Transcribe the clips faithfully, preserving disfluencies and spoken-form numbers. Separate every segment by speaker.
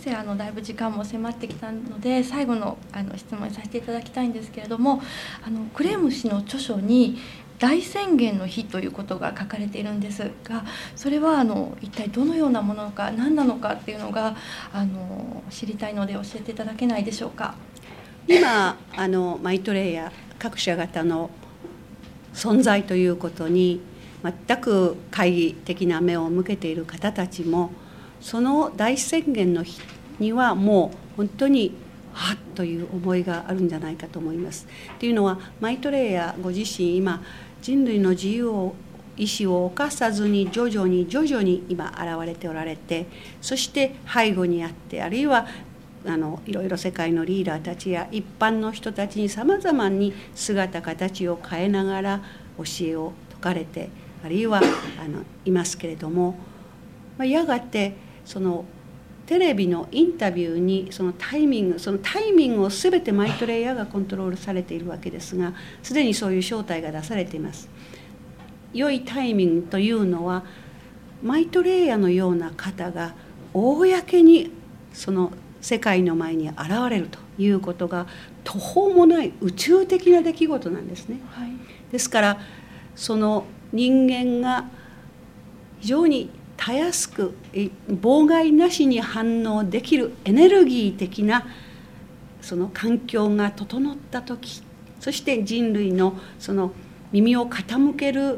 Speaker 1: 生あのだいぶ時間も迫ってきたので最後のあの質問にさせていただきたいんですけれども、あのクレーム氏の著書に大宣言の日ということが書かれているんですが、それはあの一体どのようなものか何なのかっていうのがあの知りたいので教えていただけないでしょうか。
Speaker 2: 今あのマイトレイや各社型の存在ということに全く懐疑的な目を向けている方たちも、その大宣言の日にはもう本当にはっという思いがあるんじゃないかと思います。というのはマイトレイヤーご自身今人類の自由を意志を侵さずに徐々に徐々に今現れておられて、そして背後にあって、あるいはあのいろいろ世界のリーダーたちや一般の人たちにさまざまに姿形を変えながら教えを説かれて、あるいはあのいますけれども、まあ、やがてそのテレビのインタビューにそのタイミングそのタイミングを全てマイトレイヤーがコントロールされているわけですが、すでにそういう正体が出されています。良いタイミングというのはマイトレイヤーのような方が公にその世界の前に現れるということが途方もない宇宙的な出来事なんですね、はい、ですからその人間が非常にたやすく妨害なしに反応できるエネルギー的なその環境が整った時、そして人類のその耳を傾ける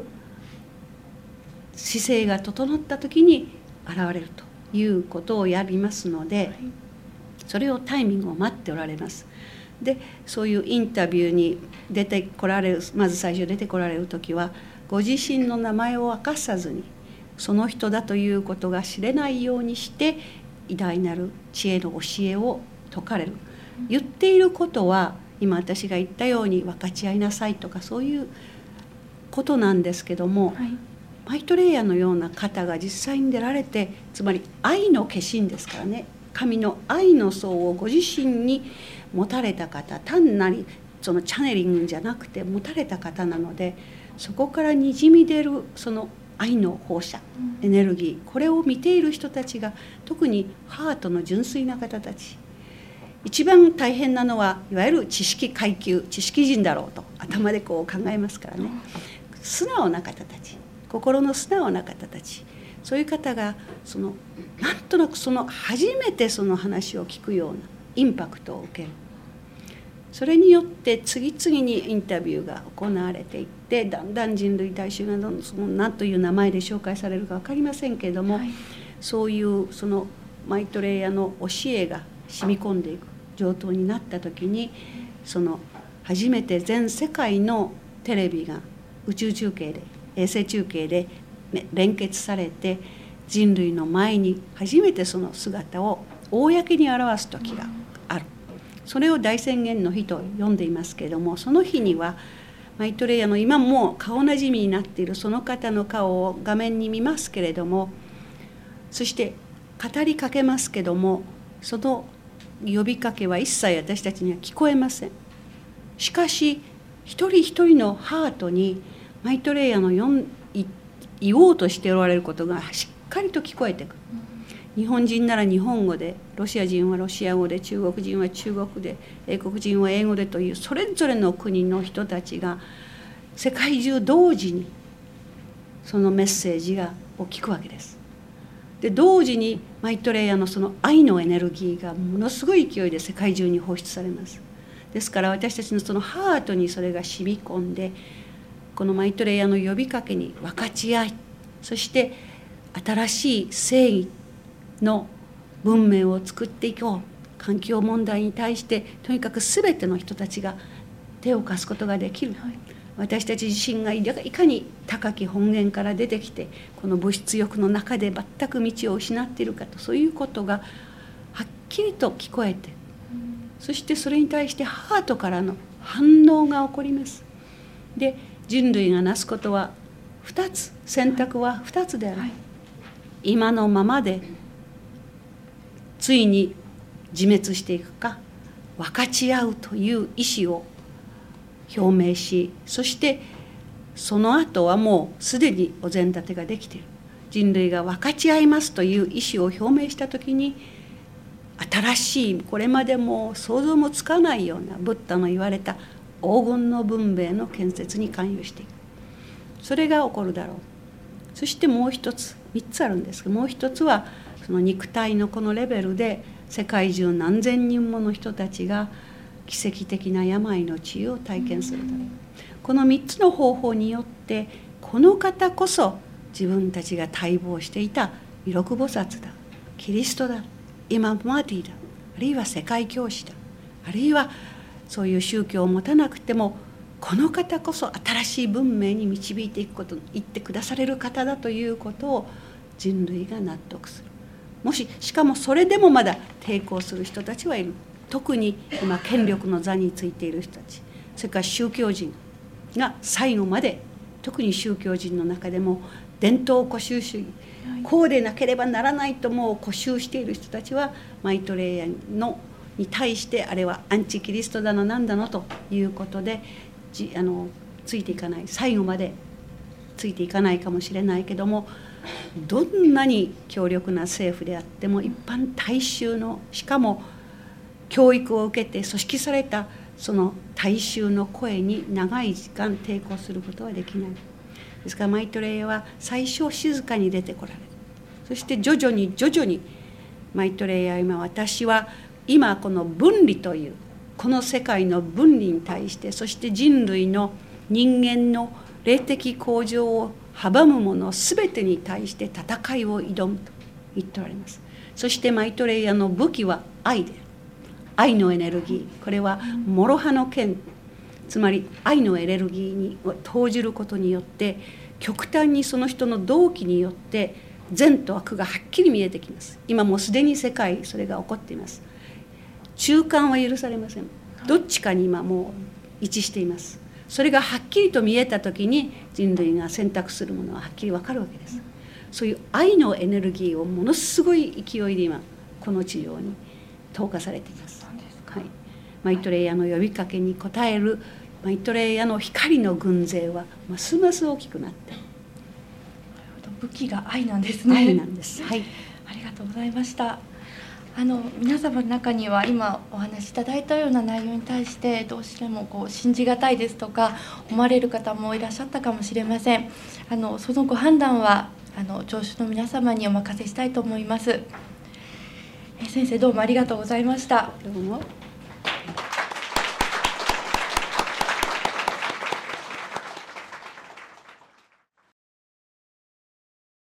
Speaker 2: 姿勢が整った時に現れるということをやりますので、それをタイミングを待っておられます。でそういうインタビューに出てこられるまず最初出てこられる時はご自身の名前を明かさずにその人だということが知れないようにして偉大なる知恵の教えを説かれる。言っていることは今私が言ったように分かち合いなさいとかそういうことなんですけども、はい、マイトレイヤーのような方が実際に出られて、つまり愛の化身ですからね、神の愛の層をご自身に持たれた方、単なりそのチャネリングじゃなくて持たれた方なので、そこからにじみ出るその愛の放射、エネルギー、これを見ている人たちが特にハートの純粋な方たち、一番大変なのはいわゆる知識階級知識人だろうと頭でこう考えますからね、素直な方たち、心の素直な方たち、そういう方がそのなんとなくその初めてその話を聞くようなインパクトを受ける。それによって次々にインタビューが行われていって、だんだん人類大衆がどんどんその何という名前で紹介されるか分かりませんけれども、はい、そういうそのマイトレイヤーの教えが染み込んでいく状態になった時に、その初めて全世界のテレビが宇宙中継で衛星中継で連結されて、人類の前に初めてその姿を公に表す時がある。それを大宣言の日と呼んでいますけれども、その日にはマイトレイヤーの今もう顔なじみになっているその方の顔を画面に見ますけれども、そして語りかけますけども、その呼びかけは一切私たちには聞こえません。しかし一人一人のハートにマイトレイヤーの言おうとしておられることがしっかりと聞こえてくる。日本人なら日本語で、ロシア人はロシア語で、中国人は中国で、英国人は英語でというそれぞれの国の人たちが世界中同時にそのメッセージがを聞くわけです。で同時にマイトレイヤーのその愛のエネルギーがものすごい勢いで世界中に放出されます。ですから私たちのそのハートにそれが染み込んで、このマイトレイヤーの呼びかけに分かち合い、そして新しい正義の文明を作っていこう。環境問題に対してとにかく全ての人たちが手を貸すことができる、はい、私たち自身がいかに高き本源から出てきてこの物質欲の中で全く道を失っているかと、そういうことがはっきりと聞こえて、うん、そしてそれに対してハートからの反応が起こります。で人類がなすことはふたつ、選択はふたつである、はい、今のままでついに自滅していくか、分かち合うという意思を表明し、そしてその後はもうすでにお膳立てができている。人類が分かち合いますという意思を表明したときに、 新しい、これまでも想像もつかないようなブッダの言われた黄金の文明の建設に関与していく。それが起こるだろう。そしてもう一つ、三つあるんですが、もう一つはその肉体のこのレベルで世界中何千人もの人たちが奇跡的な病の治癒を体験するだろう。この三つの方法によって、この方こそ自分たちが待望していた弥勒菩薩だ、キリストだ、イマム・マティだ、あるいは世界教師だ、あるいはそういう宗教を持たなくても、この方こそ新しい文明に導いていくこと、言ってくだされる方だということを人類が納得する。もししかもそれでもまだ抵抗する人たちはいる。特に今権力の座についている人たち、それから宗教人が最後まで、特に宗教人の中でも伝統固執主義、こうでなければならないともう固執している人たちは、マイトレイヤのに対してあれはアンチキリストだのなんだのということでじあのついていかない、最後までついていかないかもしれないけども、どんなに強力な政府であっても、一般大衆の、しかも教育を受けて組織されたその大衆の声に長い時間抵抗することはできない。ですからマイトレイヤは最初静かに出てこられる。そして徐々に徐々にマイトレイヤは今、私は今この分離というこの世界の分離に対して、そして人類の人間の霊的向上を阻むもの全てに対して戦いを挑むと言っておられます。そしてマイトレイヤの武器は愛である。愛のエネルギー、これは諸刃の剣、つまり愛のエネルギーに投じることによって、極端にその人の動機によって善と悪がはっきり見えてきます。今もうすでに世界それが起こっています。中間は許されません。どっちかに今もう一致しています。それがはっきりと見えた時に、人類が選択するものははっきり分かるわけです。そういう愛のエネルギーをものすごい勢いで今この地上に投下されています。はい、マイトレイヤの呼びかけに応えるマイトレイヤの光の軍勢はますます大きくなって、
Speaker 1: 武器が愛なんですね。
Speaker 2: 愛なんです。はい、
Speaker 1: ありがとうございました。あの皆様の中には今お話しいただいたような内容に対してどうしてもこう信じがたいですとか思われる方もいらっしゃったかもしれません。あのそのご判断はあの聴衆の皆様にお任せしたいと思います。え先生、どうもありがとうございました。
Speaker 2: どうも。